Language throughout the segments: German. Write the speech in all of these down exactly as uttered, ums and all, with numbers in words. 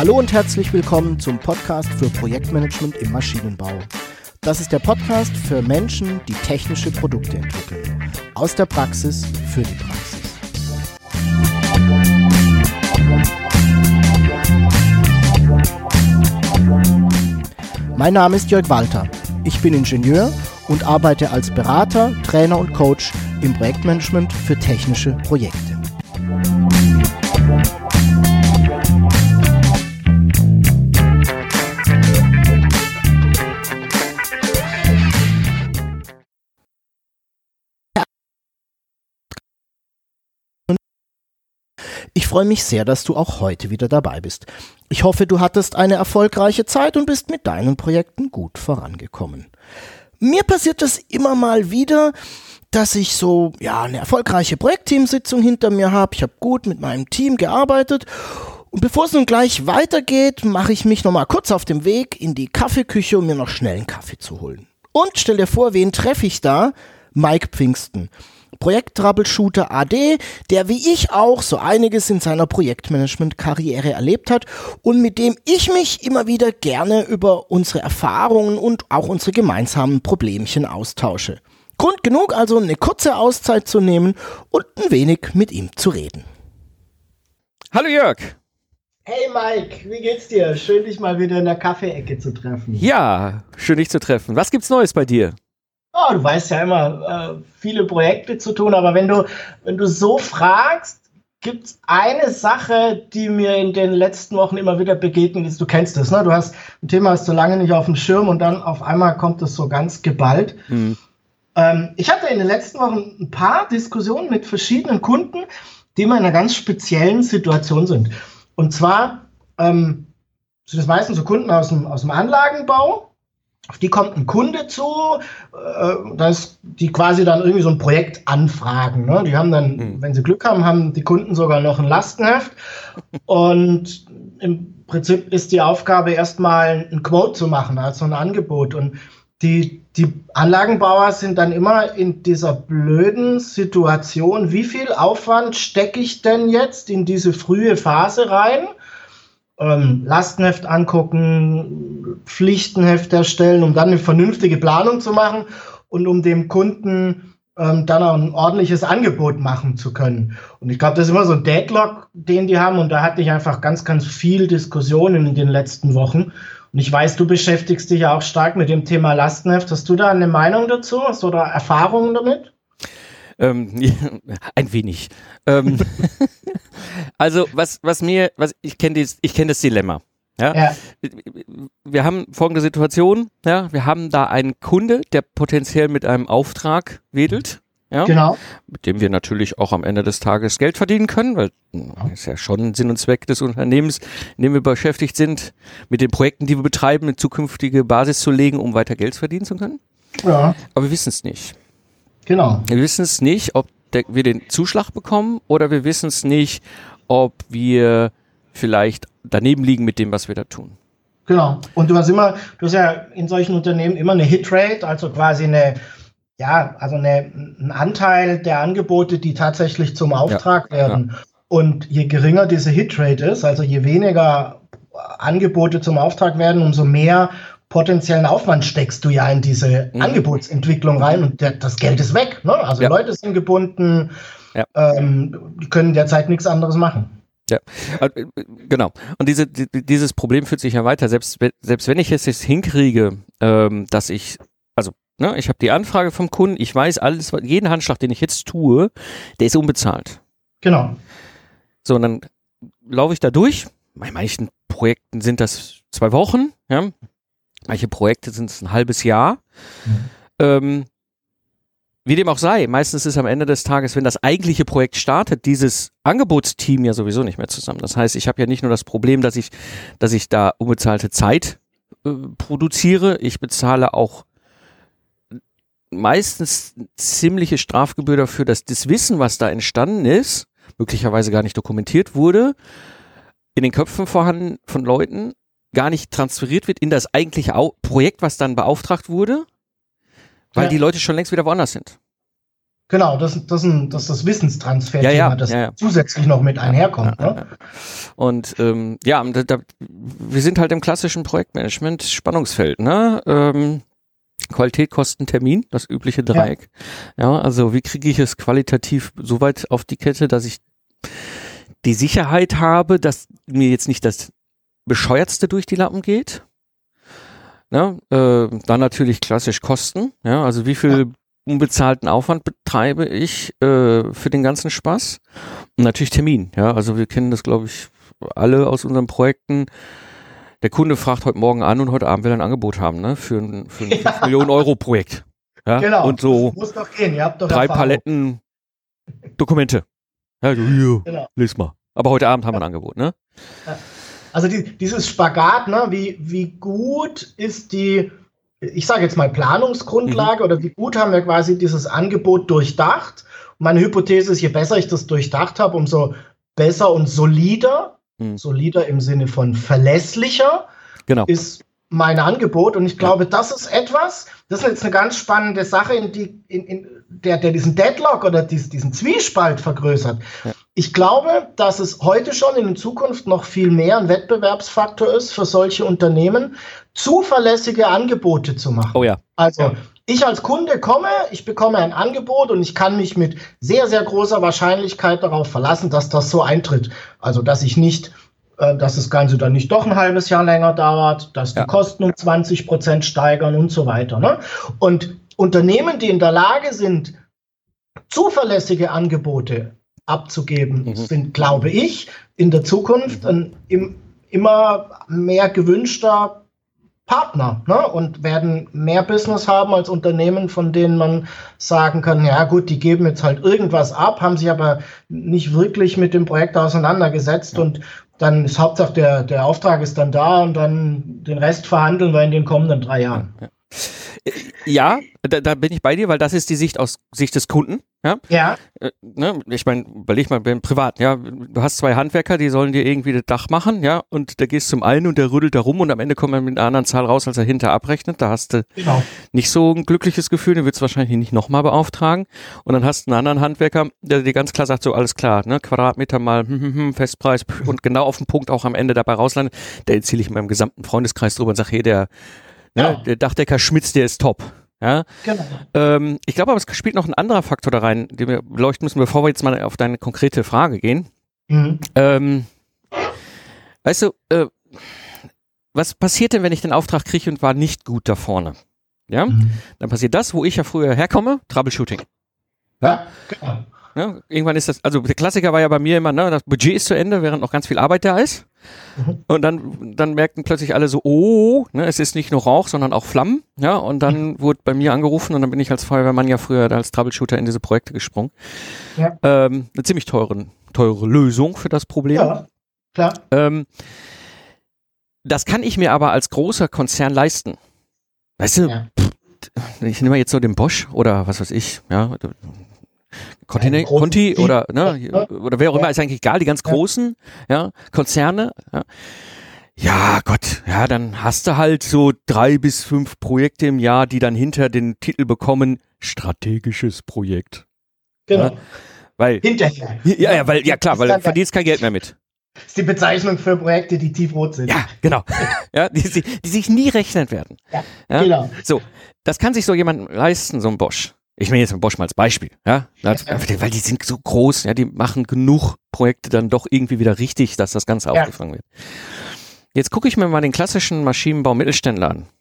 Hallo und herzlich willkommen zum Podcast für Projektmanagement im Maschinenbau. Das ist der Podcast für Menschen, die technische Produkte entwickeln. Aus der Praxis für die Praxis. Mein Name ist Jörg Walter. Ich bin Ingenieur und arbeite als Berater, Trainer und Coach im Projektmanagement für technische Projekte. Ich freue mich sehr, dass du auch heute wieder dabei bist. Ich hoffe, du hattest eine erfolgreiche Zeit und bist mit deinen Projekten gut vorangekommen. Mir passiert das immer mal wieder, dass ich so ja eine erfolgreiche Projektteamsitzung hinter mir habe. Ich habe gut mit meinem Team gearbeitet und bevor es nun gleich weitergeht, mache ich mich nochmal kurz auf den Weg in die Kaffeeküche, um mir noch schnell einen Kaffee zu holen. Und stell dir vor, wen treffe ich da? Mike Pfingsten. Projekt-Troubleshooter A D, der wie ich auch so einiges in seiner Projektmanagement-Karriere erlebt hat und mit dem ich mich immer wieder gerne über unsere Erfahrungen und auch unsere gemeinsamen Problemchen austausche. Grund genug also, eine kurze Auszeit zu nehmen und ein wenig mit ihm zu reden. Hallo Jörg. Hey Mike, wie geht's dir? Schön, dich mal wieder in der Kaffeeecke zu treffen. Ja, schön dich zu treffen. Was gibt's Neues bei dir? Oh, du weißt ja immer, äh, viele Projekte zu tun, aber wenn du, wenn du so fragst, gibt's eine Sache, die mir in den letzten Wochen immer wieder begegnet ist. Du kennst das, ne? Du hast ein Thema, hast du lange nicht auf dem Schirm und dann auf einmal kommt es so ganz geballt. Mhm. Ähm, ich hatte in den letzten Wochen ein paar Diskussionen mit verschiedenen Kunden, die immer in einer ganz speziellen Situation sind. Und zwar ähm, sind das meistens so Kunden aus dem, aus dem Anlagenbau. Auf die kommt ein Kunde zu, äh, das, die quasi dann irgendwie so ein Projekt anfragen. Ne? Die haben dann, mhm. wenn sie Glück haben, haben die Kunden sogar noch ein Lastenheft. Und im Prinzip ist die Aufgabe, erstmal ein Quote zu machen, also ein Angebot. Und die, die Anlagenbauer sind dann immer in dieser blöden Situation, wie viel Aufwand stecke ich denn jetzt in diese frühe Phase rein? Ähm, Lastenheft angucken, Pflichtenheft erstellen, um dann eine vernünftige Planung zu machen und um dem Kunden ähm, dann auch ein ordentliches Angebot machen zu können. Und ich glaube, das ist immer so ein Deadlock, den die haben. Und da hatte ich einfach ganz, ganz viel Diskussionen in den letzten Wochen. Und ich weiß, du beschäftigst dich ja auch stark mit dem Thema Lastenheft. Hast du da eine Meinung dazu? Hast du da Erfahrungen damit? Ähm, ja, ein wenig. ähm, also was was mir was ich kenne ich kenne das Dilemma. Ja? Ja. Wir haben folgende Situation. Ja, wir haben da einen Kunde, der potenziell mit einem Auftrag wedelt. Ja, genau. Mit dem wir natürlich auch am Ende des Tages Geld verdienen können, weil das ist ja schon Sinn und Zweck des Unternehmens, in dem wir beschäftigt sind, mit den Projekten, die wir betreiben, eine zukünftige Basis zu legen, um weiter Geld verdienen zu können. Ja. Aber wir wissen es nicht. Genau. Wir wissen es nicht, ob der, wir den Zuschlag bekommen oder wir wissen es nicht, ob wir vielleicht daneben liegen mit dem, was wir da tun. Genau. Und du hast immer, du hast ja in solchen Unternehmen immer eine Hitrate, also quasi eine, ja, also eine, ein Anteil der Angebote, die tatsächlich zum Auftrag ja, werden. Ja. Und je geringer diese Hitrate ist, also je weniger Angebote zum Auftrag werden, umso mehr potenziellen Aufwand steckst du ja in diese mhm. Angebotsentwicklung rein und der, das Geld ist weg. Ne? Also ja. Leute sind gebunden, ja. ähm, die können derzeit nichts anderes machen. Ja, genau. Und diese, die, dieses Problem führt sich ja weiter. Selbst, selbst wenn ich es jetzt hinkriege, ähm, dass ich, also ne, ich habe die Anfrage vom Kunden, ich weiß alles, jeden Handschlag, den ich jetzt tue, der ist unbezahlt. Genau. So, und dann laufe ich da durch. Bei manchen Projekten sind das zwei Wochen, ja. Manche Projekte sind es ein halbes Jahr. Mhm. Ähm, wie dem auch sei, meistens ist am Ende des Tages, wenn das eigentliche Projekt startet, dieses Angebotsteam ja sowieso nicht mehr zusammen. Das heißt, ich habe ja nicht nur das Problem, dass ich, dass ich da unbezahlte Zeit äh, produziere, ich bezahle auch meistens ziemliche Strafgebühr dafür, dass das Wissen, was da entstanden ist, möglicherweise gar nicht dokumentiert wurde, in den Köpfen vorhanden von Leuten, gar nicht transferiert wird in das eigentliche Au- Projekt, was dann beauftragt wurde, weil ja. die Leute schon längst wieder woanders sind. Genau, das, das, das ist das Wissenstransfer, ja, ja, das ja, ja. zusätzlich noch mit einherkommt. Ja, ja, ne? ja. Und ähm, ja, da, da, wir sind halt im klassischen Projektmanagement Spannungsfeld, ne? Ähm, Qualität, Kosten, Termin, das übliche Dreieck. Ja, ja, also wie kriege ich es qualitativ so weit auf die Kette, dass ich die Sicherheit habe, dass mir jetzt nicht das Bescheuertste durch die Lappen geht. Ja, äh, dann natürlich klassisch Kosten. Ja, also wie viel ja. unbezahlten Aufwand betreibe ich äh, für den ganzen Spaß? Und natürlich Termin. Ja, also wir kennen das, glaube ich, alle aus unseren Projekten. Der Kunde fragt heute Morgen an und heute Abend will er ein Angebot haben, ne, für ein, für ein ja. fünf Millionen Euro Projekt. Ja, genau. Und so muss doch gehen. Ihr habt doch drei Erfahrung. Paletten Dokumente. Ja, so, hier, genau. Lies mal. Aber heute Abend haben wir ein Angebot, ne? Ja. Also die, dieses Spagat, ne, wie, wie gut ist die, ich sage jetzt mal Planungsgrundlage, mhm. oder wie gut haben wir quasi dieses Angebot durchdacht? Und meine Hypothese ist, je besser ich das durchdacht habe, umso besser und solider, mhm. solider im Sinne von verlässlicher, genau. ist mein Angebot. Und ich glaube, ja. das ist etwas, das ist jetzt eine ganz spannende Sache, in die, in, in der, der diesen Deadlock oder dies, diesen Zwiespalt vergrößert. Ja. Ich glaube, dass es heute schon in Zukunft noch viel mehr ein Wettbewerbsfaktor ist für solche Unternehmen, zuverlässige Angebote zu machen. Oh ja. Also ja. ich als Kunde komme, ich bekomme ein Angebot und ich kann mich mit sehr, sehr großer Wahrscheinlichkeit darauf verlassen, dass das so eintritt. Also dass ich nicht, äh, dass das Ganze dann nicht doch ein halbes Jahr länger dauert, dass die ja. Kosten um zwanzig Prozent steigern und so weiter. Ne? Und Unternehmen, die in der Lage sind, zuverlässige Angebote abzugeben, mhm. sind, glaube ich, in der Zukunft ein im, immer mehr gewünschter Partner, ne? Und werden mehr Business haben als Unternehmen, von denen man sagen kann, ja gut, die geben jetzt halt irgendwas ab, haben sich aber nicht wirklich mit dem Projekt auseinandergesetzt ja. und dann ist Hauptsache der, der Auftrag ist dann da und dann den Rest verhandeln wir in den kommenden drei Jahren. Ja, ja da, da bin ich bei dir, weil das ist die Sicht aus Sicht des Kunden. Ja. ja. Äh, ne, ich meine, überleg mal beim Privat, ja, du hast zwei Handwerker, die sollen dir irgendwie das Dach machen, ja, und da gehst zum einen und der rüttelt da rum und am Ende kommt er mit einer anderen Zahl raus, als er hinter abrechnet. Da hast du genau. nicht so ein glückliches Gefühl, den willst du wahrscheinlich nicht nochmal beauftragen. Und dann hast du einen anderen Handwerker, der dir ganz klar sagt, so alles klar, ne, Quadratmeter mal hm, hm, hm, Festpreis und genau auf den Punkt auch am Ende dabei rauslandet. Da erzähle ich in meinem gesamten Freundeskreis drüber und sage, hey, der, ne, ja. der Dachdecker Schmitz, der ist top. Ja, genau. ähm, ich glaube aber, es spielt noch ein anderer Faktor da rein, den wir beleuchten müssen, bevor wir jetzt mal auf deine konkrete Frage gehen. Mhm. Ähm, weißt du, äh, was passiert denn, wenn ich den Auftrag kriege und war nicht gut da vorne? Ja, mhm. dann passiert das, wo ich ja früher herkomme, Troubleshooting. Ja, ja genau. Ja, irgendwann ist das, also der Klassiker war ja bei mir immer, ne, das Budget ist zu Ende, während noch ganz viel Arbeit da ist. Mhm. Und dann, dann merkten plötzlich alle so, oh, ne, es ist nicht nur Rauch, sondern auch Flammen. Ja, und dann mhm. wurde bei mir angerufen und dann bin ich als Feuerwehrmann ja früher als Troubleshooter in diese Projekte gesprungen. Ja. Ähm, eine ziemlich teure, teure Lösung für das Problem. Ja, klar. Ähm, das kann ich mir aber als großer Konzern leisten. Weißt du, ja. pff, ich nehme jetzt so den Bosch oder was weiß ich, ja, Conti, Conti oder, ne, oder wer auch immer, ist eigentlich egal, die ganz großen, ja, Konzerne, ja. Ja, Gott, ja, dann hast du halt so drei bis fünf Projekte im Jahr, die dann hinter den Titel bekommen, strategisches Projekt. Genau. Ja, weil, hinterher. Ja, ja, weil, ja klar, weil du verdienst kein Geld mehr mit. Das ist die Bezeichnung für Projekte, die tiefrot sind. Ja, genau. Ja, die, die, die sich nie rechnen werden. Ja, ja, genau. So, das kann sich so jemand leisten, so ein Bosch. Ich nehme jetzt mal Bosch mal als Beispiel, ja, weil die sind so groß, ja, die machen genug Projekte dann doch irgendwie wieder richtig, dass das Ganze ja. aufgefangen wird. Jetzt gucke ich mir mal den klassischen Maschinenbau Mittelständler an.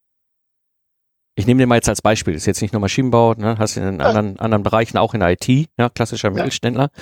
Ich nehme den mal jetzt als Beispiel, das ist jetzt nicht nur Maschinenbau, ne, hast du in ja. anderen, anderen Bereichen auch in der I T, ja, klassischer ja. Mittelständler.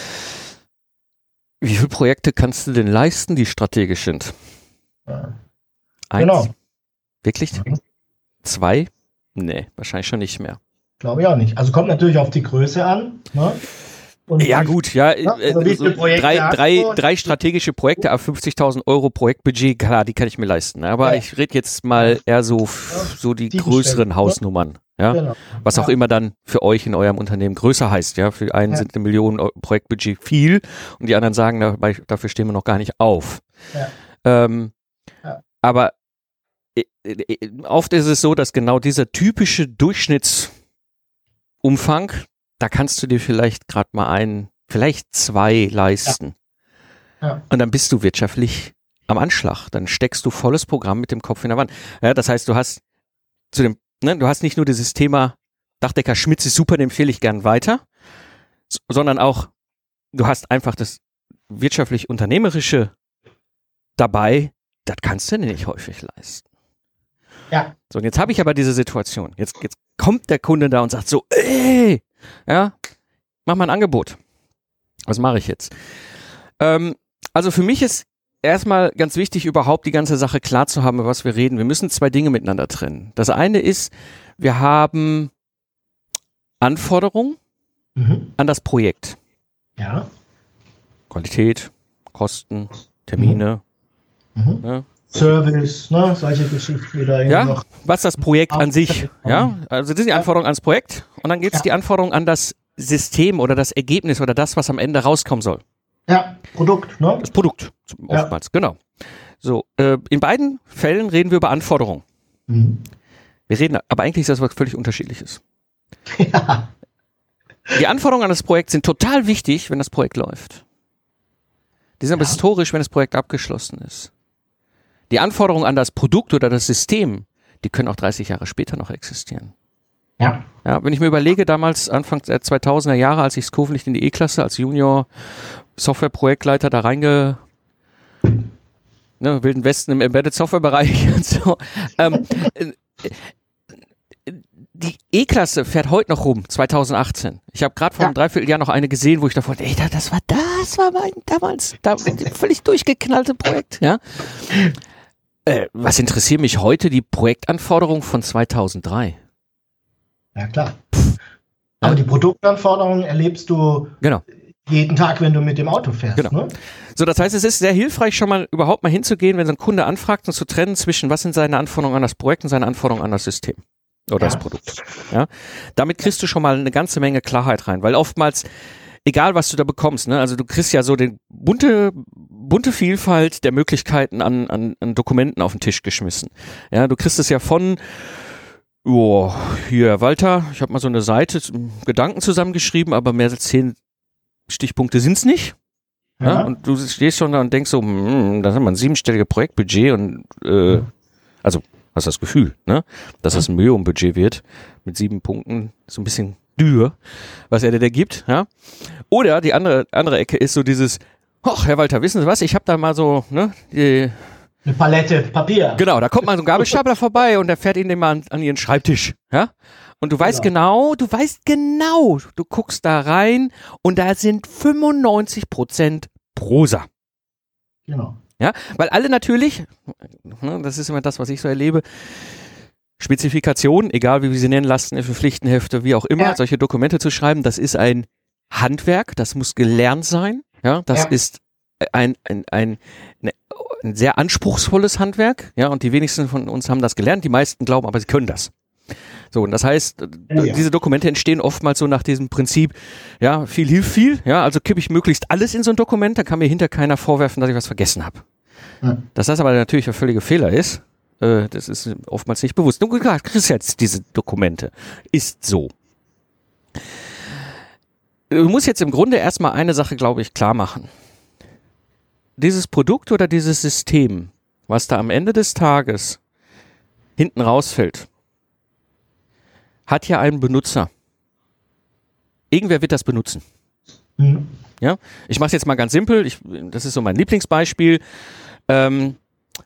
Wie viele Projekte kannst du denn leisten, die strategisch sind? Ja. Eins? Genau. Wirklich? Mhm. Zwei? Nee, wahrscheinlich schon nicht mehr. Glaube ich auch nicht. Also kommt natürlich auf die Größe an. Ne? Und ja wie, gut, ja, ne? Also äh, so drei, drei, drei strategische Projekte ab fünfzigtausend Euro Projektbudget, klar, die kann ich mir leisten. Aber ja. ich rede jetzt mal eher so, so die, die größeren Stellen, Hausnummern. Ja? Genau. Was auch ja. immer dann für euch in eurem Unternehmen größer heißt. Ja, für einen ja. sind eine Million Euro Projektbudget viel und die anderen sagen, dabei, dafür stehen wir noch gar nicht auf. Ja. Ähm, ja. Aber äh, äh, oft ist es so, dass genau dieser typische Durchschnittsumfang da kannst du dir vielleicht gerade mal einen, vielleicht zwei leisten. Ja. Ja. Und dann bist du wirtschaftlich am Anschlag. Dann steckst du volles Programm mit dem Kopf in der Wand. Ja, das heißt, du hast zu dem, ne, du hast nicht nur dieses Thema Dachdecker Schmitz ist super, den empfehle ich gern weiter, sondern auch, du hast einfach das wirtschaftlich-unternehmerische dabei, das kannst du nicht häufig leisten. Ja. So, und jetzt habe ich aber diese Situation. Jetzt, jetzt kommt der Kunde da und sagt so, ey, ja, mach mal ein Angebot. Was mache ich jetzt? Ähm, also für mich ist erstmal ganz wichtig, überhaupt die ganze Sache klar zu haben, über was wir reden. Wir müssen zwei Dinge miteinander trennen. Das eine ist, wir haben Anforderungen Mhm. an das Projekt. Ja. Qualität, Kosten, Termine. Mhm. Ne? Service, ne, solche Geschichten wieder irgendwie Ja, noch. was das Projekt an sich. Ja, also das sind die Anforderungen ans Projekt und dann gibt es Ja. die Anforderungen an das System oder das Ergebnis oder das, was am Ende rauskommen soll. Ja, Produkt, ne? Das Produkt, Ja. oftmals, genau. So, äh, in beiden Fällen reden wir über Anforderungen. Mhm. Wir reden, aber eigentlich ist das was völlig Unterschiedliches. Ja. Die Anforderungen an das Projekt sind total wichtig, wenn das Projekt läuft. Die sind aber Ja. historisch, wenn das Projekt abgeschlossen ist. Die Anforderungen an das Produkt oder das System, die können auch dreißig Jahre später noch existieren. Ja. Ja, wenn ich mir überlege, damals Anfang der zweitausender Jahre, als ich Skoflicht in die E-Klasse als Junior Software-Projektleiter da reinge ne, Wilden Westen im Embedded Software-Bereich und so. Ähm, äh, die E-Klasse fährt heute noch rum, zweitausendachtzehn. Ich habe gerade vor Ja. einem Dreivierteljahr noch eine gesehen, wo ich dachte, ey, das war das war mein damals da, völlig durchgeknallte Projekt. Ja. Äh, was interessiert mich heute die Projektanforderungen von zweitausenddrei? Ja, klar. Aber die Produktanforderungen erlebst du Genau. jeden Tag, wenn du mit dem Auto fährst. Genau. Ne? So, das heißt, es ist sehr hilfreich, schon mal überhaupt mal hinzugehen, wenn so ein Kunde anfragt und zu trennen zwischen, was sind seine Anforderungen an das Projekt und seine Anforderungen an das System oder Ja. das Produkt. Ja? Damit kriegst du schon mal eine ganze Menge Klarheit rein, weil oftmals, egal was du da bekommst, ne, also du kriegst ja so den bunte, bunte Vielfalt der Möglichkeiten an, an, an Dokumenten auf den Tisch geschmissen. Ja, du kriegst es ja von oh, hier, Walter, ich habe mal so eine Seite, Gedanken zusammengeschrieben, aber mehr als zehn Stichpunkte sind's nicht. Ja. Ja. Und du stehst schon da und denkst so, hm, da haben wir ein siebenstelliges Projektbudget und äh, also hast das Gefühl, ne, dass das ein Millionenbudget wird mit sieben Punkten, so ein bisschen dürr, was er dir da gibt, ja. Oder die andere andere Ecke ist so dieses, ach, Herr Walter, wissen Sie was, ich habe da mal so, ne, die, Eine Palette Papier. genau, da kommt mal so ein Gabelstapler vorbei und der fährt Ihnen den mal an, an Ihren Schreibtisch, ja. Und du weißt genau, du weißt genau, du guckst da rein und da sind fünfundneunzig Prozent Prosa. Genau. Ja, weil alle natürlich, ne, das ist immer das, was ich so erlebe, Spezifikationen, egal wie wir sie nennen, Lastenhefte, Pflichtenhefte, wie auch immer, Ja. solche Dokumente zu schreiben, das ist ein Handwerk, das muss gelernt sein, ja, das Ja. ist ein, ein, ein, ne, ein sehr anspruchsvolles Handwerk, ja, und die wenigsten von uns haben das gelernt, die meisten glauben aber, sie können das. So, und das heißt, Oh ja. diese Dokumente entstehen oftmals so nach diesem Prinzip, ja, viel hilft viel, ja, also kippe ich möglichst alles in so ein Dokument, dann kann mir hinter keiner vorwerfen, dass ich was vergessen habe. Ja. Dass das aber natürlich ein völliger Fehler ist, äh, das ist oftmals nicht bewusst. Du kriegst jetzt diese Dokumente. Ist so. Du musst jetzt im Grunde erstmal eine Sache, glaube ich, klar machen. Dieses Produkt oder dieses System, was da am Ende des Tages hinten rausfällt, hat ja einen Benutzer. Irgendwer wird das benutzen. Mhm. Ja, ich mache es jetzt mal ganz simpel. Ich, das ist so mein Lieblingsbeispiel. Ähm,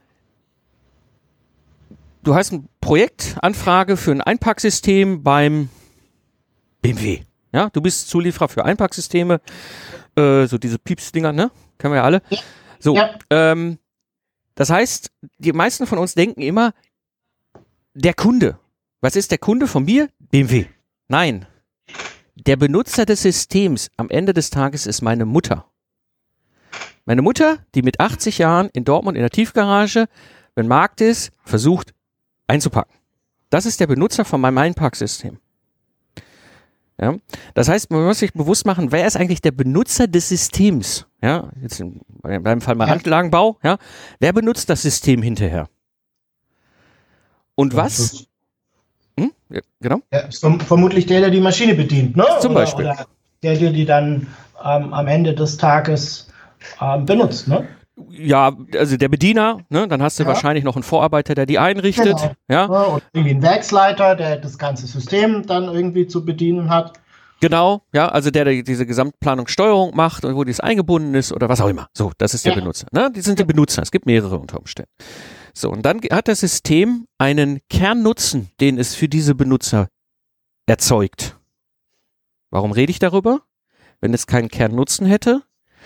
du hast eine Projektanfrage für ein Einpacksystem beim B M W. Ja, du bist Zulieferer für Einpacksysteme, äh, so diese Pieps-Dinger, ne? Kennen wir ja alle. So, Ja. ähm, das heißt, die meisten von uns denken immer, der Kunde. Was ist der Kunde von mir? B M W. Nein. Der Benutzer des Systems am Ende des Tages ist meine Mutter. Meine Mutter, die mit achtzig Jahren in Dortmund in der Tiefgarage, wenn Markt ist, versucht einzupacken. Das ist der Benutzer von meinem Einpacksystem. Ja? Das heißt, man muss sich bewusst machen, wer ist eigentlich der Benutzer des Systems? Ja, jetzt in meinem Fall mal Ja. Randlagenbau. Ja? Wer benutzt das System hinterher? Und was? Hm? Ja, genau. Ja, ist verm- vermutlich der, der die Maschine bedient, ne? Zum oder, Beispiel. Oder der, der die dann ähm, am Ende des Tages ähm, benutzt, ne? Ja, also der Bediener, ne, dann hast du Ja. wahrscheinlich noch einen Vorarbeiter, der die einrichtet. Genau. Ja, Oder irgendwie ein Werksleiter, der das ganze System dann irgendwie zu bedienen hat. genau. Ja, also der, der diese Gesamtplanungssteuerung macht und wo dies eingebunden ist oder was auch immer. So, das ist der Ja. Benutzer. Ne? Die sind die Benutzer. Es gibt mehrere unter Umständen. So, und dann hat das System einen Kernnutzen, den es für diese Benutzer erzeugt. Warum rede ich darüber? Wenn es keinen Kernnutzen hätte,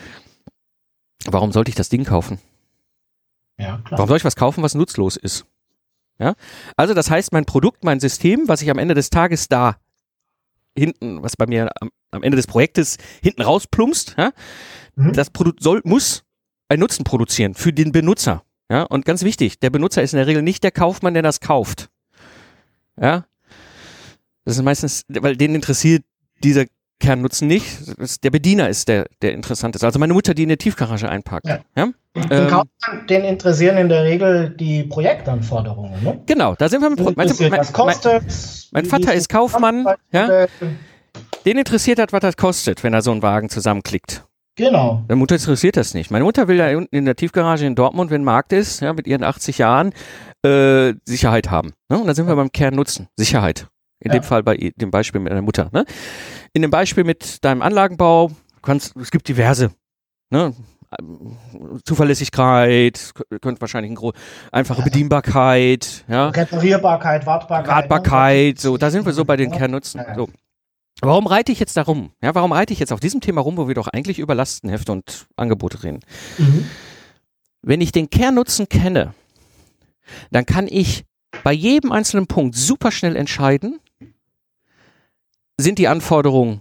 warum sollte ich das Ding kaufen? Ja, klar. Warum soll ich was kaufen, was nutzlos ist? Ja? Also das heißt, mein Produkt, mein System, was ich am Ende des Tages da hinten, was bei mir am, am Ende des Projektes hinten rausplumpst, ja? Mhm. Das Produkt soll, muss einen Nutzen produzieren für den Benutzer. Ja? Und ganz wichtig, der Benutzer ist in der Regel nicht der Kaufmann, der das kauft. Ja? Das ist meistens, weil den interessiert dieser Kernnutzen nicht. Das, der Bediener ist der, der interessant ist. Also meine Mutter, die in der Tiefgarage einparkt. Ja. Ja? Den Ähm, Kaufmann, den interessieren in der Regel die Projektanforderungen, ne? Genau, da sind wir mit Den Pro- mein, interessiert, mein, was kostet. mein wie- Vater wie ist Kaufmann, viel- ja? Den interessiert hat, was das kostet, wenn er so einen Wagen zusammenklickt. Genau. Meine Mutter interessiert das nicht. Meine Mutter will da unten in der Tiefgarage in Dortmund, wenn Markt ist, ja, mit ihren achtzig Jahren, äh, Sicherheit haben. Ne? Und da sind wir beim Kernnutzen. Sicherheit. In Ja. dem Fall bei i- dem Beispiel mit deiner Mutter. Ne? In dem Beispiel mit deinem Anlagenbau, kannst, es gibt diverse. Ne? Zuverlässigkeit, könnte wahrscheinlich eine gro- einfache Bedienbarkeit, ja. Reparierbarkeit, Wartbarkeit. Wartbarkeit, so, da sind wir so bei den Ja. Kernnutzen. Ja. So. Warum reite ich jetzt da rum? Ja, warum reite ich jetzt auf diesem Thema rum, wo wir doch eigentlich über Lastenhefte und Angebote reden? Mhm. Wenn ich den Kernnutzen kenne, dann kann ich bei jedem einzelnen Punkt super schnell entscheiden, sind die Anforderungen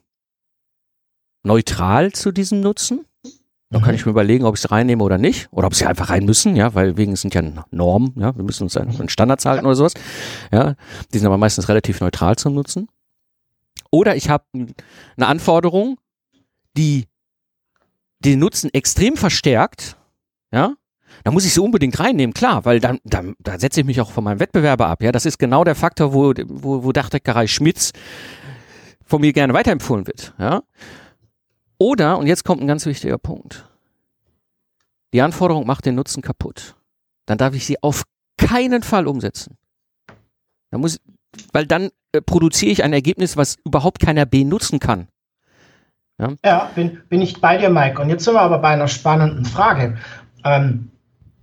neutral zu diesem Nutzen? Dann kann ich mir überlegen, ob ich es reinnehme oder nicht. Oder ob sie einfach rein müssen, ja, weil wegen es sind ja Normen, ja, wir müssen uns an Standards halten oder sowas. Ja, die sind aber meistens relativ neutral zum Nutzen. Oder ich habe eine Anforderung, die den Nutzen extrem verstärkt, ja, da muss ich sie unbedingt reinnehmen, klar, weil dann, dann da setze ich mich auch von meinem Wettbewerber ab, ja, das ist genau der Faktor, wo, wo, wo Dachdeckerei Schmitz von mir gerne weiterempfohlen wird, ja. Oder, und jetzt kommt ein ganz wichtiger Punkt, die Anforderung macht den Nutzen kaputt. Dann darf ich sie auf keinen Fall umsetzen. Da muss, weil dann äh, produziere ich ein Ergebnis, was überhaupt keiner benutzen kann. Ja, Ja, bin, bin ich bei dir, Mike. Und jetzt sind wir aber bei einer spannenden Frage. Ähm,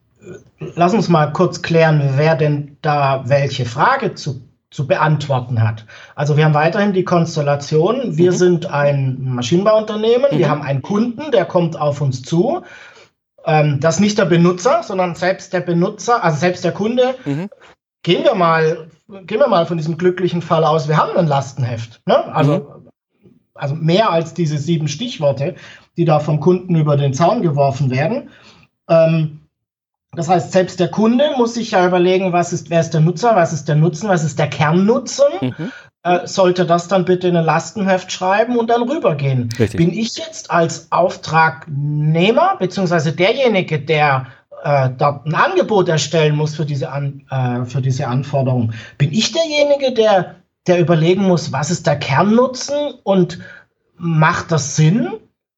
lass uns mal kurz klären, wer denn da welche Frage zu, zu beantworten hat. Also wir haben weiterhin die Konstellation, wir Mhm. sind ein Maschinenbauunternehmen, Mhm. wir haben einen Kunden, der kommt auf uns zu. Ähm, das ist nicht der Benutzer, sondern selbst der Benutzer, also selbst der Kunde. Mhm. Gehen wir mal, gehen wir mal von diesem glücklichen Fall aus, wir haben ein Lastenheft. Ne? Also, also mehr als diese sieben Stichworte, die da vom Kunden über den Zaun geworfen werden. Ähm, das heißt, selbst der Kunde muss sich ja überlegen, was ist, wer ist der Nutzer, was ist der Nutzen, was ist der Kernnutzen. Mhm. Äh, sollte das dann bitte in ein Lastenheft schreiben und dann rübergehen. Richtig. Bin ich jetzt als Auftragnehmer, beziehungsweise derjenige, der äh, dort ein Angebot erstellen muss für diese, An, äh, für diese Anforderung, bin ich derjenige, der, der überlegen muss, was ist der Kernnutzen und macht das Sinn?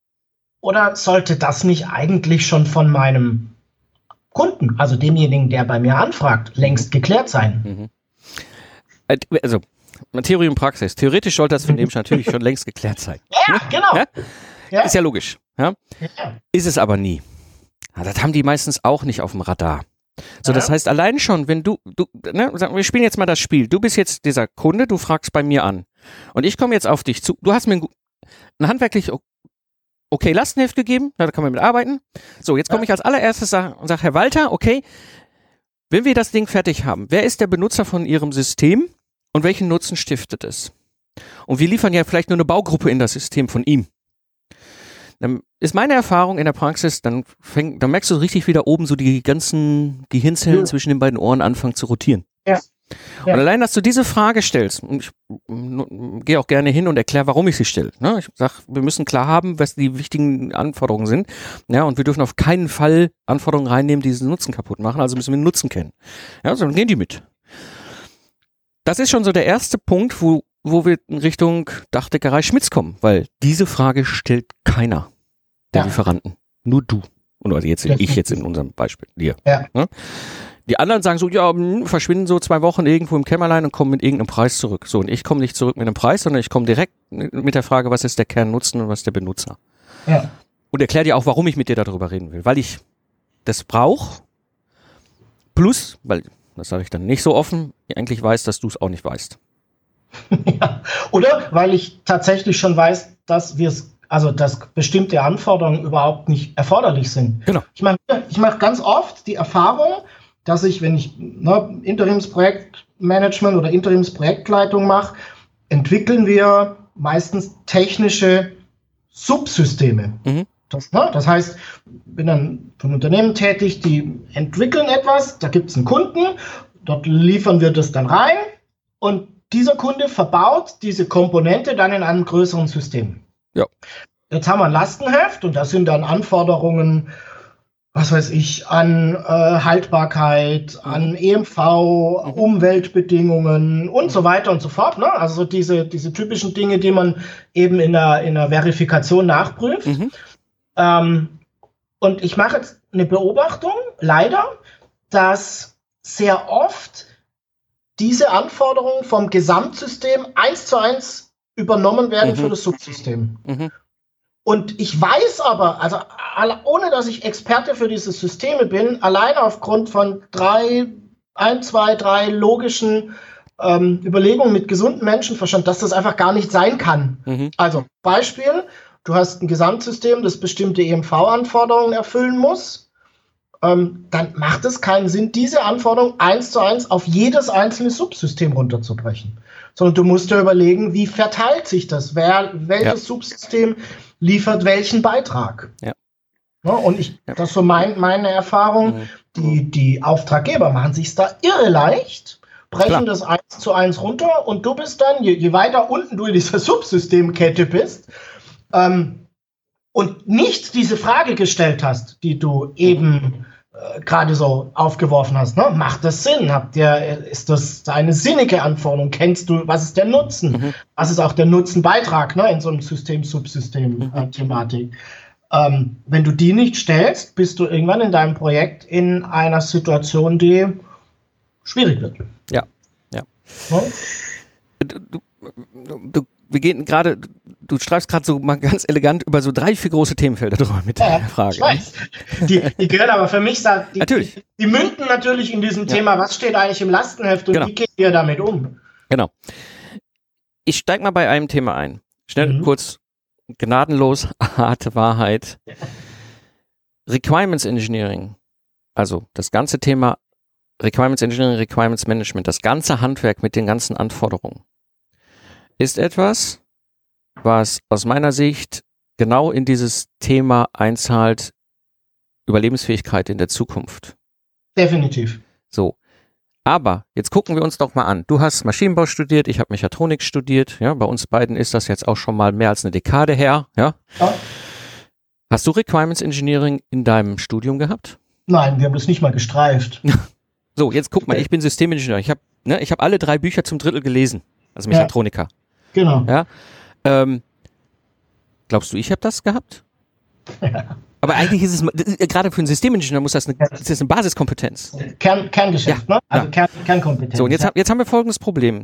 Oder sollte das nicht eigentlich schon von meinem Kunden, also demjenigen, der bei mir anfragt, längst geklärt sein? Mhm. Also, Theorie und Praxis. Theoretisch sollte das von dem natürlich schon längst geklärt sein. Ja, genau. Ja? Ja. Ist ja logisch. Ja? Ja. Ist es aber nie. Ja, das haben die meistens auch nicht auf dem Radar. So, Ja. das heißt, allein schon, wenn du, du ne, sag, wir spielen jetzt mal das Spiel. Du bist jetzt dieser Kunde, du fragst bei mir an. Und ich komme jetzt auf dich zu. Du hast mir ein, gu- ein handwerklich o- okay Lastenheft gegeben, na, da kann man mit arbeiten. So, jetzt komme Ja. ich als allererstes sag, und sage, Herr Walter, okay, wenn wir das Ding fertig haben, wer ist der Benutzer von Ihrem System und welchen Nutzen stiftet es? Und wir liefern ja vielleicht nur eine Baugruppe in das System von ihm. Dann ist meine Erfahrung in der Praxis, dann, fäng, dann merkst du richtig, wie da oben so die ganzen Gehirnzellen Ja. zwischen den beiden Ohren anfangen zu rotieren. Ja. Ja. Und allein, dass du diese Frage stellst, und ich mm, gehe auch gerne hin und erkläre, warum ich sie stelle. Ne? Ich sage, wir müssen klar haben, was die wichtigen Anforderungen sind. Ja, und wir dürfen auf keinen Fall Anforderungen reinnehmen, die diesen Nutzen kaputt machen. Also müssen wir den Nutzen kennen. Ja, so, dann gehen die mit. Das ist schon so der erste Punkt, wo, wo wir in Richtung Dachdeckerei Schmitz kommen, weil diese Frage stellt keiner der ja. Lieferanten. Nur du. Und also jetzt, ich jetzt in unserem Beispiel, dir. Ja. Ne? Die anderen sagen so, ja, mh, verschwinden so zwei Wochen irgendwo im Kämmerlein und kommen mit irgendeinem Preis zurück. So, und ich komme nicht zurück mit einem Preis, sondern ich komme direkt mit der Frage, was ist der Kernnutzen und was ist der Benutzer. Ja. Und erkläre dir auch, warum ich mit dir darüber reden will. Weil ich das brauche, plus, weil, das sage ich dann nicht so offen, ich eigentlich weiß, dass du es auch nicht weißt. Ja. Oder weil ich tatsächlich schon weiß, dass wir es, also dass bestimmte Anforderungen überhaupt nicht erforderlich sind. Genau. Ich mache ich mach ganz oft die Erfahrung, dass ich, wenn ich ne, Interimsprojektmanagement oder Interimsprojektleitung mache, entwickeln wir meistens technische Subsysteme. Mhm. Das, ne, das heißt, bin dann von Unternehmen tätig, die entwickeln etwas, da gibt es einen Kunden, dort liefern wir das dann rein und dieser Kunde verbaut diese Komponente dann in einem größeren System. Ja. Jetzt haben wir ein Lastenheft und da sind dann Anforderungen, was weiß ich, an äh, Haltbarkeit, mhm. an E M V, mhm. Umweltbedingungen und mhm. so weiter und so fort. Ne? Also diese, diese typischen Dinge, die man eben in der, in der Verifikation nachprüft. Mhm. Ähm, und ich mache jetzt eine Beobachtung, leider, dass sehr oft diese Anforderungen vom Gesamtsystem eins zu eins übernommen werden mhm. für das Subsystem. Mhm. Und ich weiß aber, also ohne dass ich Experte für diese Systeme bin, allein aufgrund von drei, ein, zwei, drei logischen ähm, Überlegungen mit gesundem Menschenverstand, dass das einfach gar nicht sein kann. Mhm. Also Beispiel, du hast ein Gesamtsystem, das bestimmte E M V-Anforderungen erfüllen muss. Ähm, dann macht es keinen Sinn, diese Anforderung eins zu eins auf jedes einzelne Subsystem runterzubrechen. Sondern du musst dir überlegen, wie verteilt sich das? Wer, welches ja. Subsystem liefert welchen Beitrag? Ja. Ja, und ich, ja. das ist so mein, meine Erfahrung, mhm. die, die Auftraggeber machen sich da irre leicht, brechen Klar. das eins zu eins runter und du bist dann, je, je weiter unten du in dieser Subsystemkette bist, ähm, und nicht diese Frage gestellt hast, die du eben äh, gerade so aufgeworfen hast, ne? Macht das Sinn? Habt ihr, ist das eine sinnige Anforderung? Kennst du, was ist der Nutzen? Mhm. Was ist auch der Nutzenbeitrag, ne, in so einem System-Subsystem-Thematik? Mhm. Ähm, wenn du die nicht stellst, bist du irgendwann in deinem Projekt in einer Situation, die schwierig wird. Ja, ja. ja? Du, du, du, wir gehen gerade, du streifst gerade so mal ganz elegant über so drei, vier große Themenfelder drüber mit ja, der Frage. Ich weiß. Die, die gehören aber für mich, die, natürlich. Die, die münden natürlich in diesem ja. Thema, was steht eigentlich im Lastenheft und genau. wie geht ihr damit um? Genau. Ich steige mal bei einem Thema ein. Schnell, mhm. kurz, gnadenlos, harte Wahrheit. Ja. Requirements Engineering, also das ganze Thema Requirements Engineering, Requirements Management, das ganze Handwerk mit den ganzen Anforderungen, ist etwas, was aus meiner Sicht genau in dieses Thema einzahlt, Überlebensfähigkeit in der Zukunft. Definitiv. So. Aber jetzt gucken wir uns doch mal an. Du hast Maschinenbau studiert, ich habe Mechatronik studiert. Ja, bei uns beiden ist das jetzt auch schon mal mehr als eine Dekade her. Ja. ja. Hast du Requirements Engineering in deinem Studium gehabt? Nein, wir haben das nicht mal gestreift. So, jetzt guck mal, ich bin Systemingenieur. Ich habe ne, ich hab alle drei Bücher zum Drittel gelesen, als Mechatroniker. Ja. Genau. Ja, ähm, glaubst du, ich habe das gehabt? Ja. Aber eigentlich ist es, gerade für einen Systemingenieur muss das eine, ist das eine Basiskompetenz. Kern, Kerngeschäft, ja, ne? Also ja. Kern, Kernkompetenz. So, und jetzt, ja. jetzt haben wir folgendes Problem.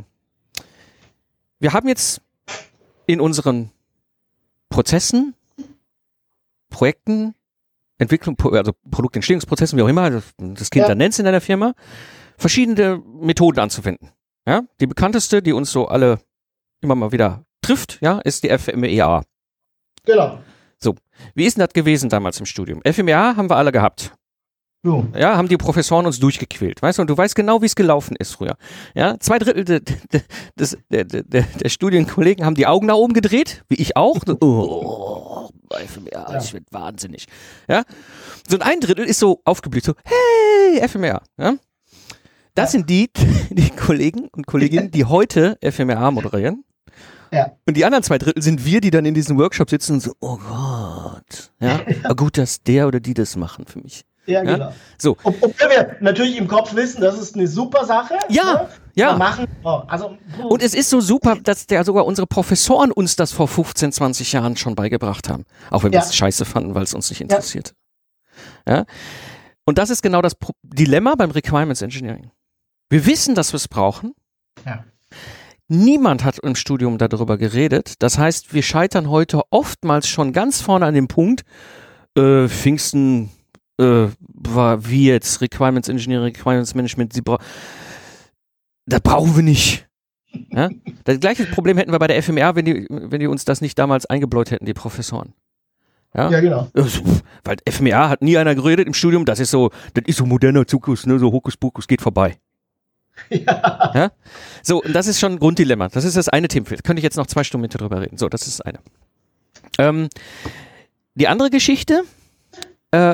Wir haben jetzt in unseren Prozessen, Projekten, Entwicklung, also Produktentstehungsprozessen, wie auch immer, das Kind ja. dann nennt es in deiner Firma, verschiedene Methoden anzuwenden. Ja, die bekannteste, die uns so alle immer mal wieder trifft, ja, ist die F M E A. Genau. So, wie ist denn das gewesen damals im Studium? F M E A haben wir alle gehabt. Jo. Ja, haben die Professoren uns durchgequält, weißt du, und du weißt genau, wie es gelaufen ist früher. Ja, zwei Drittel de, de, des, der, der, der Studienkollegen haben die Augen nach oben gedreht, wie ich auch. Oh, F M E A, ja. Ich werde wahnsinnig. Ja, so ein Drittel ist so aufgeblüht, so, hey, F M E A. Ja? Das ja. sind die, die Kollegen und Kolleginnen, die heute F M E A moderieren. Ja. Und die anderen zwei Drittel sind wir, die dann in diesem Workshop sitzen und so, oh Gott. Ja, aber gut, dass der oder die das machen für mich. Ja, genau. So. Ob, obwohl wir natürlich im Kopf wissen, das ist eine super Sache. Ja, ne? Ja. machen. Oh, also, und es ist so super, dass der sogar unsere Professoren uns das vor fünfzehn, zwanzig Jahren schon beigebracht haben. Auch wenn wir Ja. es scheiße fanden, weil es uns nicht interessiert. Ja. ja. Und das ist genau das Pro- Dilemma beim Requirements Engineering. Wir wissen, dass wir es brauchen. Ja. Niemand hat im Studium darüber geredet. Das heißt, wir scheitern heute oftmals schon ganz vorne an dem Punkt, äh, Pfingsten äh, war wie jetzt Requirements Engineering, Requirements Management, sie bra- das brauchen wir nicht. Ja? Das gleiche Problem hätten wir bei der F M R, wenn die, wenn die uns das nicht damals eingebläut hätten, die Professoren. Ja, ja genau. Weil F M R hat nie einer geredet im Studium, das ist so, das ist so moderner Zukus, ne, so Hokuspokus, geht vorbei. Ja. ja. So, und das ist schon ein Grunddilemma. Das ist das eine Themenfeld. Könnte ich jetzt noch zwei Stunden mit dir drüber reden. So, das ist das eine. Ähm, die andere Geschichte, äh,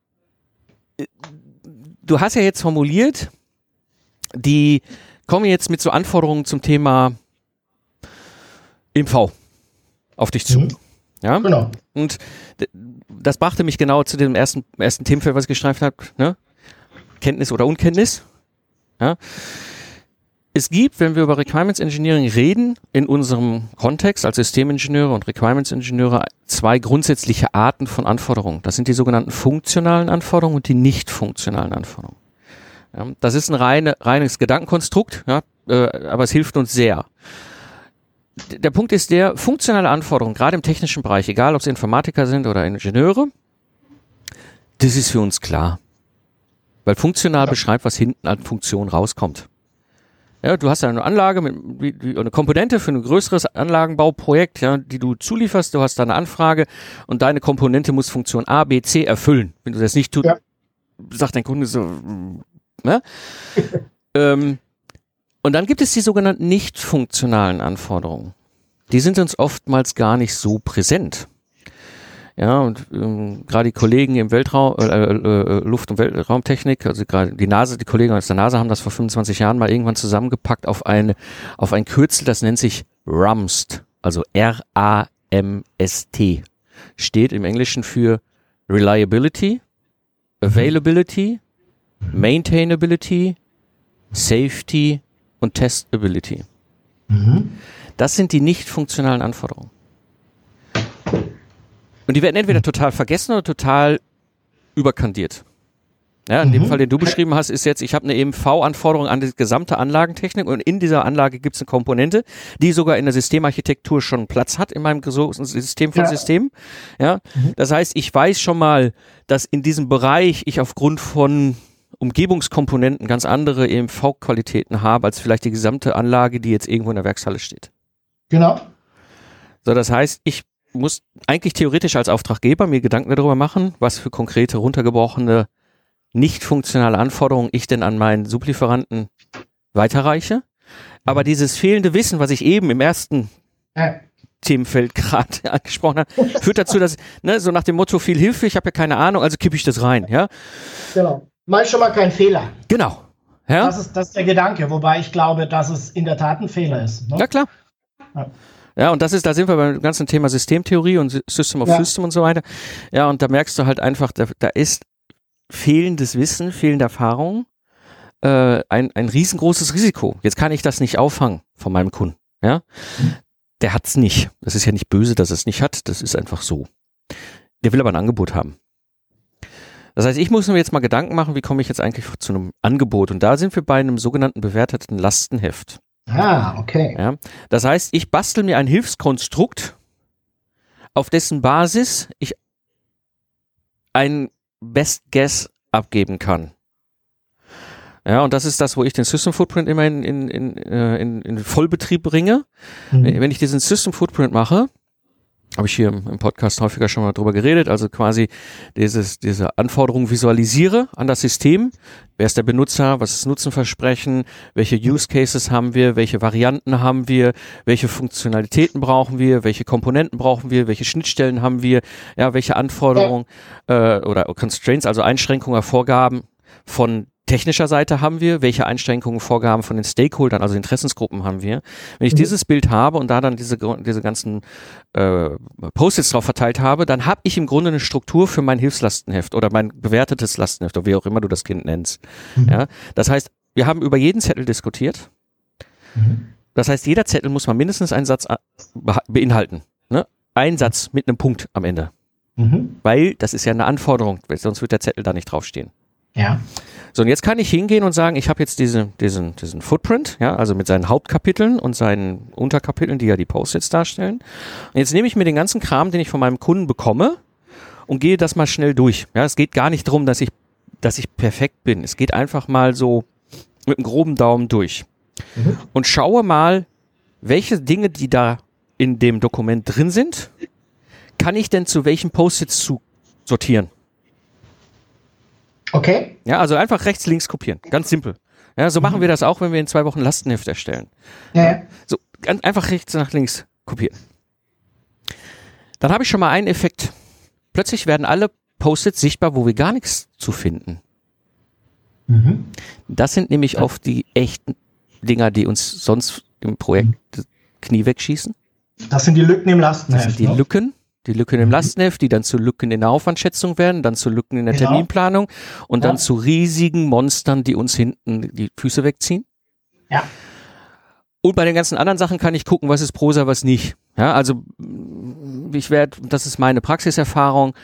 du hast ja jetzt formuliert, die kommen jetzt mit so Anforderungen zum Thema E M V auf dich zu. Mhm. Ja? Genau. Und d- das brachte mich genau zu dem ersten, ersten Themenfeld, was ich gestreift habe. Ne? Kenntnis oder Unkenntnis. Ja. Es gibt, wenn wir über Requirements Engineering reden, in unserem Kontext als Systemingenieure und Requirements Ingenieure zwei grundsätzliche Arten von Anforderungen. Das sind die sogenannten funktionalen Anforderungen und die nicht funktionalen Anforderungen. Ja, das ist ein reine, reines Gedankenkonstrukt, ja, äh, aber es hilft uns sehr. D- Der Punkt ist der, funktionale Anforderungen, gerade im technischen Bereich, egal ob es Informatiker sind oder Ingenieure, das ist für uns klar. Weil funktional ja. beschreibt, was hinten an Funktion rauskommt. Ja, du hast eine Anlage, mit, wie, wie, eine Komponente für ein größeres Anlagenbauprojekt, ja, die du zulieferst, du hast da eine Anfrage und deine Komponente muss Funktion A, B, C erfüllen. Wenn du das nicht tust, ja. sagt dein Kunde so, ne? ähm, und dann gibt es die sogenannten nicht funktionalen Anforderungen. Die sind uns oftmals gar nicht so präsent. Ja, und ähm, gerade die Kollegen im Weltraum, äh, äh, Luft- und Weltraumtechnik, also gerade die NASA, die Kollegen aus der NASA haben das vor fünfundzwanzig Jahren mal irgendwann zusammengepackt auf eine, auf ein Kürzel, das nennt sich RAMST, also R A M S T. Steht im Englischen für Reliability, Availability, Maintainability, Safety und Testability. Mhm. Das sind die nicht funktionalen Anforderungen. Und die werden entweder total vergessen oder total überkandiert. Ja, in mhm. dem Fall, den du beschrieben hast, ist jetzt, ich habe eine E M V-Anforderung an die gesamte Anlagentechnik und in dieser Anlage gibt es eine Komponente, die sogar in der Systemarchitektur schon Platz hat in meinem großen System von ja. Systemen. Ja, mhm. Das heißt, ich weiß schon mal, dass in diesem Bereich ich aufgrund von Umgebungskomponenten ganz andere E M V-Qualitäten habe, als vielleicht die gesamte Anlage, die jetzt irgendwo in der Werkshalle steht. Genau. So, das heißt, ich muss eigentlich theoretisch als Auftraggeber mir Gedanken darüber machen, was für konkrete, runtergebrochene, nicht funktionale Anforderungen ich denn an meinen Sublieferanten weiterreiche. Aber dieses fehlende Wissen, was ich eben im ersten ja. Themenfeld gerade angesprochen habe, führt dazu, dass, ne, so nach dem Motto, viel Hilfe, ich habe ja keine Ahnung, also kippe ich das rein. Ja? Genau. Mal schon mal kein Fehler. Genau. Ja? Das ist, das ist der Gedanke, wobei ich glaube, dass es in der Tat ein Fehler ist. Ne? Ja, klar. Ja. Ja, und das ist, da sind wir beim ganzen Thema Systemtheorie und System of ja. System und so weiter. Ja, und da merkst du halt einfach, da, da ist fehlendes Wissen, fehlende Erfahrung, äh, ein, ein riesengroßes Risiko. Jetzt kann ich das nicht auffangen von meinem Kunden. Ja, mhm. Der hat's nicht. Das ist ja nicht böse, dass er es nicht hat. Das ist einfach so. Der will aber ein Angebot haben. Das heißt, ich muss mir jetzt mal Gedanken machen, wie komme ich jetzt eigentlich zu einem Angebot? Und da sind wir bei einem sogenannten bewerteten Lastenheft. Ah, okay. Ja, das heißt, ich bastel mir ein Hilfskonstrukt, auf dessen Basis ich ein Best Guess abgeben kann. Ja, und das ist das, wo ich den System Footprint immer in, in, in, in, in Vollbetrieb bringe. Mhm. Wenn ich diesen System Footprint mache, habe ich hier im, im Podcast häufiger schon mal drüber geredet, also quasi dieses, diese Anforderungen visualisiere an das System. Wer ist der Benutzer? Was ist Nutzenversprechen? Welche Use Cases haben wir? Welche Varianten haben wir? Welche Funktionalitäten brauchen wir? Welche Komponenten brauchen wir? Welche Schnittstellen haben wir? Ja, welche Anforderungen äh, oder Constraints, also Einschränkungen, Vorgaben von technischer Seite haben wir, welche Einschränkungen, Vorgaben von den Stakeholdern, also Interessensgruppen haben wir. Wenn ich mhm. dieses Bild habe und da dann diese, diese ganzen äh, Post-its drauf verteilt habe, dann habe ich im Grunde eine Struktur für mein Hilfslastenheft oder mein bewertetes Lastenheft oder wie auch immer du das Kind nennst. Mhm. Ja, das heißt, wir haben über jeden Zettel diskutiert. Mhm. Das heißt, jeder Zettel muss mal mindestens einen Satz beinhalten. Ne? Ein Satz mit einem Punkt am Ende. Mhm. Weil das ist ja eine Anforderung, sonst wird der Zettel da nicht draufstehen. Ja. So, und jetzt kann ich hingehen und sagen, ich habe jetzt diese, diesen, diesen Footprint, ja, also mit seinen Hauptkapiteln und seinen Unterkapiteln, die ja die Post-its darstellen. Und jetzt nehme ich mir den ganzen Kram, den ich von meinem Kunden bekomme, und gehe das mal schnell durch. Ja, es geht gar nicht darum, dass ich, dass ich perfekt bin. Es geht einfach mal so mit einem groben Daumen durch. Mhm. Und schaue mal, welche Dinge, die da in dem Dokument drin sind, kann ich denn zu welchen Post-its zu sortieren. Okay. Ja, also einfach rechts, links kopieren. Ganz simpel. Ja, so mhm. machen wir das auch, wenn wir in zwei Wochen Lastenheft erstellen. Ja. Ja. So, ganz einfach rechts nach links kopieren. Dann habe ich schon mal einen Effekt. Plötzlich werden alle Post-its sichtbar, wo wir gar nichts zu finden. Mhm. Das sind nämlich oft die echten Dinger, die uns sonst im Projekt das Knie wegschießen. Das sind die Lücken im Lastenheft. Das sind die ne? Lücken. Die Lücken im Lastenheft, die dann zu Lücken in der Aufwandschätzung werden, dann zu Lücken in der genau. Terminplanung und ja. dann zu riesigen Monstern, die uns hinten die Füße wegziehen. Ja. Und bei den ganzen anderen Sachen kann ich gucken, was ist Prosa, was nicht. Ja, also ich werde, das ist meine Praxiserfahrung.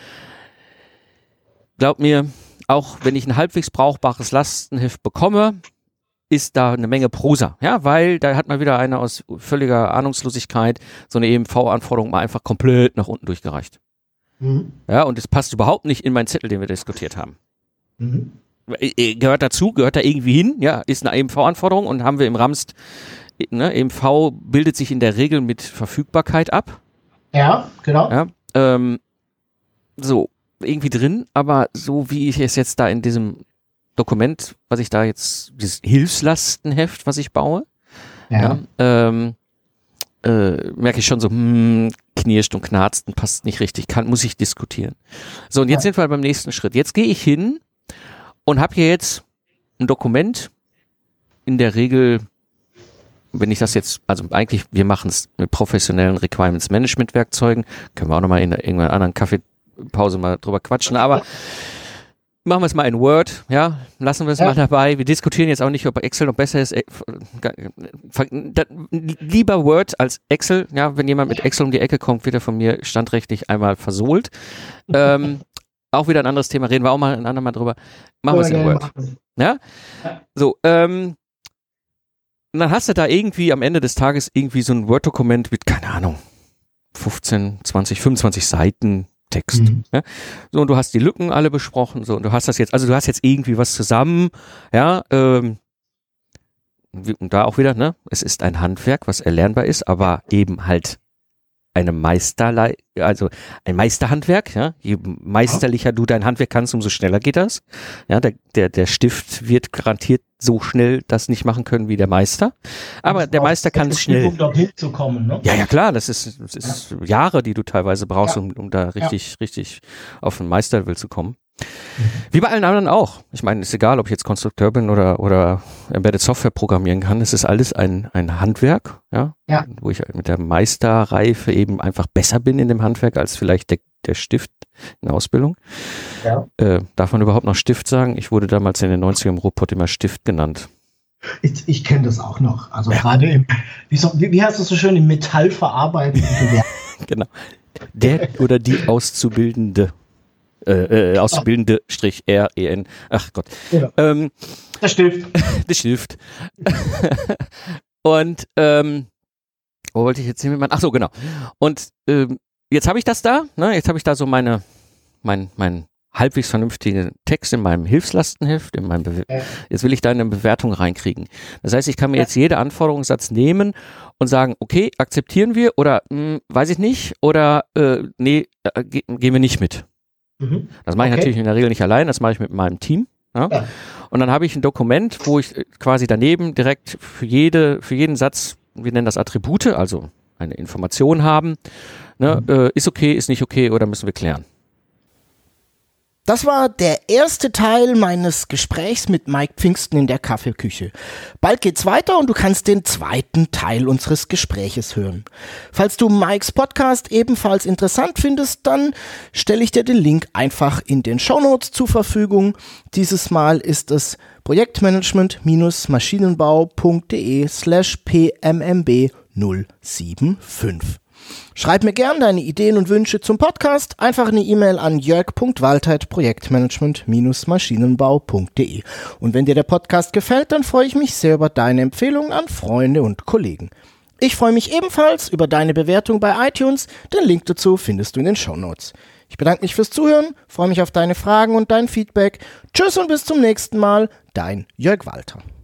Glaub mir, auch wenn ich ein halbwegs brauchbares Lastenheft bekomme, ist da eine Menge Prosa, ja, weil da hat mal wieder einer aus völliger Ahnungslosigkeit so eine E M V-Anforderung mal einfach komplett nach unten durchgereicht. Mhm. Ja, und es passt überhaupt nicht in meinen Zettel, den wir diskutiert haben. Mhm. Gehört dazu, gehört da irgendwie hin, ja, ist eine E M V-Anforderung und haben wir im Ramst, ne, E M V bildet sich in der Regel mit Verfügbarkeit ab. Ja, genau. Ja, ähm, so, irgendwie drin, aber so wie ich es jetzt da in diesem Dokument, was ich da jetzt, dieses Hilfslastenheft, was ich baue, ja. Ja, ähm, äh, merke ich schon so, hm, knirscht und knarzt und passt nicht richtig, kann, muss ich diskutieren. So, und jetzt ja. sind wir beim nächsten Schritt. Jetzt gehe ich hin und habe hier jetzt ein Dokument, in der Regel, wenn ich das jetzt, also eigentlich, wir machen es mit professionellen Requirements Management Werkzeugen, können wir auch nochmal in irgendeiner anderen Kaffeepause mal drüber quatschen, aber machen wir es mal in Word, ja, lassen wir es ja. mal dabei. Wir diskutieren jetzt auch nicht, ob Excel noch besser ist. Lieber Word als Excel, ja, wenn jemand mit Excel um die Ecke kommt, wird er von mir standrechtlich einmal versohlt. ähm, auch wieder ein anderes Thema, reden wir auch mal ein andermal drüber. Machen wir es in Word. Ja? So, ähm, und dann hast du da irgendwie am Ende des Tages irgendwie so ein Word-Dokument mit, keine Ahnung, fünfzehn, zwanzig, fünfundzwanzig Seiten Text. Mhm. Ja? So, und du hast die Lücken alle besprochen, so, und du hast das jetzt, also du hast jetzt irgendwie was zusammen, ja, ähm, und da auch wieder, ne, es ist ein Handwerk, was erlernbar ist, aber eben halt eine Meisterlei, also ein Meisterhandwerk, ja, je meisterlicher du dein Handwerk kannst, umso schneller geht das, ja, der, der, der Stift wird garantiert so schnell das nicht machen können wie der Meister, aber der Meister kann es schnell. Um dorthin zu kommen, ne? Ja, ja, klar, das ist, das ist ja. Jahre, die du teilweise brauchst, ja. um, um da richtig, ja. richtig auf ein Meisterlevel zu kommen. Mhm. Wie bei allen anderen auch. Ich meine, ist egal, ob ich jetzt Konstrukteur bin oder, oder Embedded Software programmieren kann. Es ist alles ein, ein Handwerk, ja? Ja. Wo ich mit der Meisterreife eben einfach besser bin in dem Handwerk als vielleicht der, der Stift in der Ausbildung. Ja. Äh, darf man überhaupt noch Stift sagen? Ich wurde damals in den neunzigern im Ruhrpott immer Stift genannt. Ich, ich kenne das auch noch. Also ja. gerade im, wie, so, wie, wie heißt das so schön, im Metallverarbeiten. Genau. Der oder die Auszubildende. Äh, äh, Auszubildende Strich R E N. Ach Gott. Ja. Ähm, der Stift. Der Stift. Und ähm, wo wollte ich jetzt hin mit meinem? Ach so, genau. Und ähm, jetzt habe ich das da. Ne? Jetzt habe ich da so meine, mein, mein halbwegs vernünftigen Text in meinem Hilfslastenheft. In meinem Be- ja. Jetzt will ich da eine Bewertung reinkriegen. Das heißt, ich kann mir ja. jetzt jeden Anforderungssatz nehmen und sagen, okay, akzeptieren wir oder mh, weiß ich nicht oder äh, nee, äh, ge- gehen wir nicht mit. Mhm. Das mache ich okay. natürlich in der Regel nicht allein, das mache ich mit meinem Team. Ja? Ja. Und dann habe ich ein Dokument, wo ich quasi daneben direkt für jede, für jeden Satz, wir nennen das Attribute, also eine Information haben. Ne? Mhm. Äh, ist okay, ist nicht okay oder müssen wir klären. Das war der erste Teil meines Gesprächs mit Mike Pfingsten in der Kaffeeküche. Bald geht's weiter und du kannst den zweiten Teil unseres Gespräches hören. Falls du Mikes Podcast ebenfalls interessant findest, dann stelle ich dir den Link einfach in den Shownotes zur Verfügung. Dieses Mal ist es projektmanagement-maschinenbau.de slash pmmb null sieben fünf. Schreib mir gern deine Ideen und Wünsche zum Podcast. Einfach eine E-Mail an jörg punkt walter at projektmanagement Bindestrich maschinenbau punkt de. Und wenn dir der Podcast gefällt, dann freue ich mich sehr über deine Empfehlungen an Freunde und Kollegen. Ich freue mich ebenfalls über deine Bewertung bei iTunes. Den Link dazu findest du in den Shownotes. Ich bedanke mich fürs Zuhören, freue mich auf deine Fragen und dein Feedback. Tschüss und bis zum nächsten Mal. Dein Jörg Walter.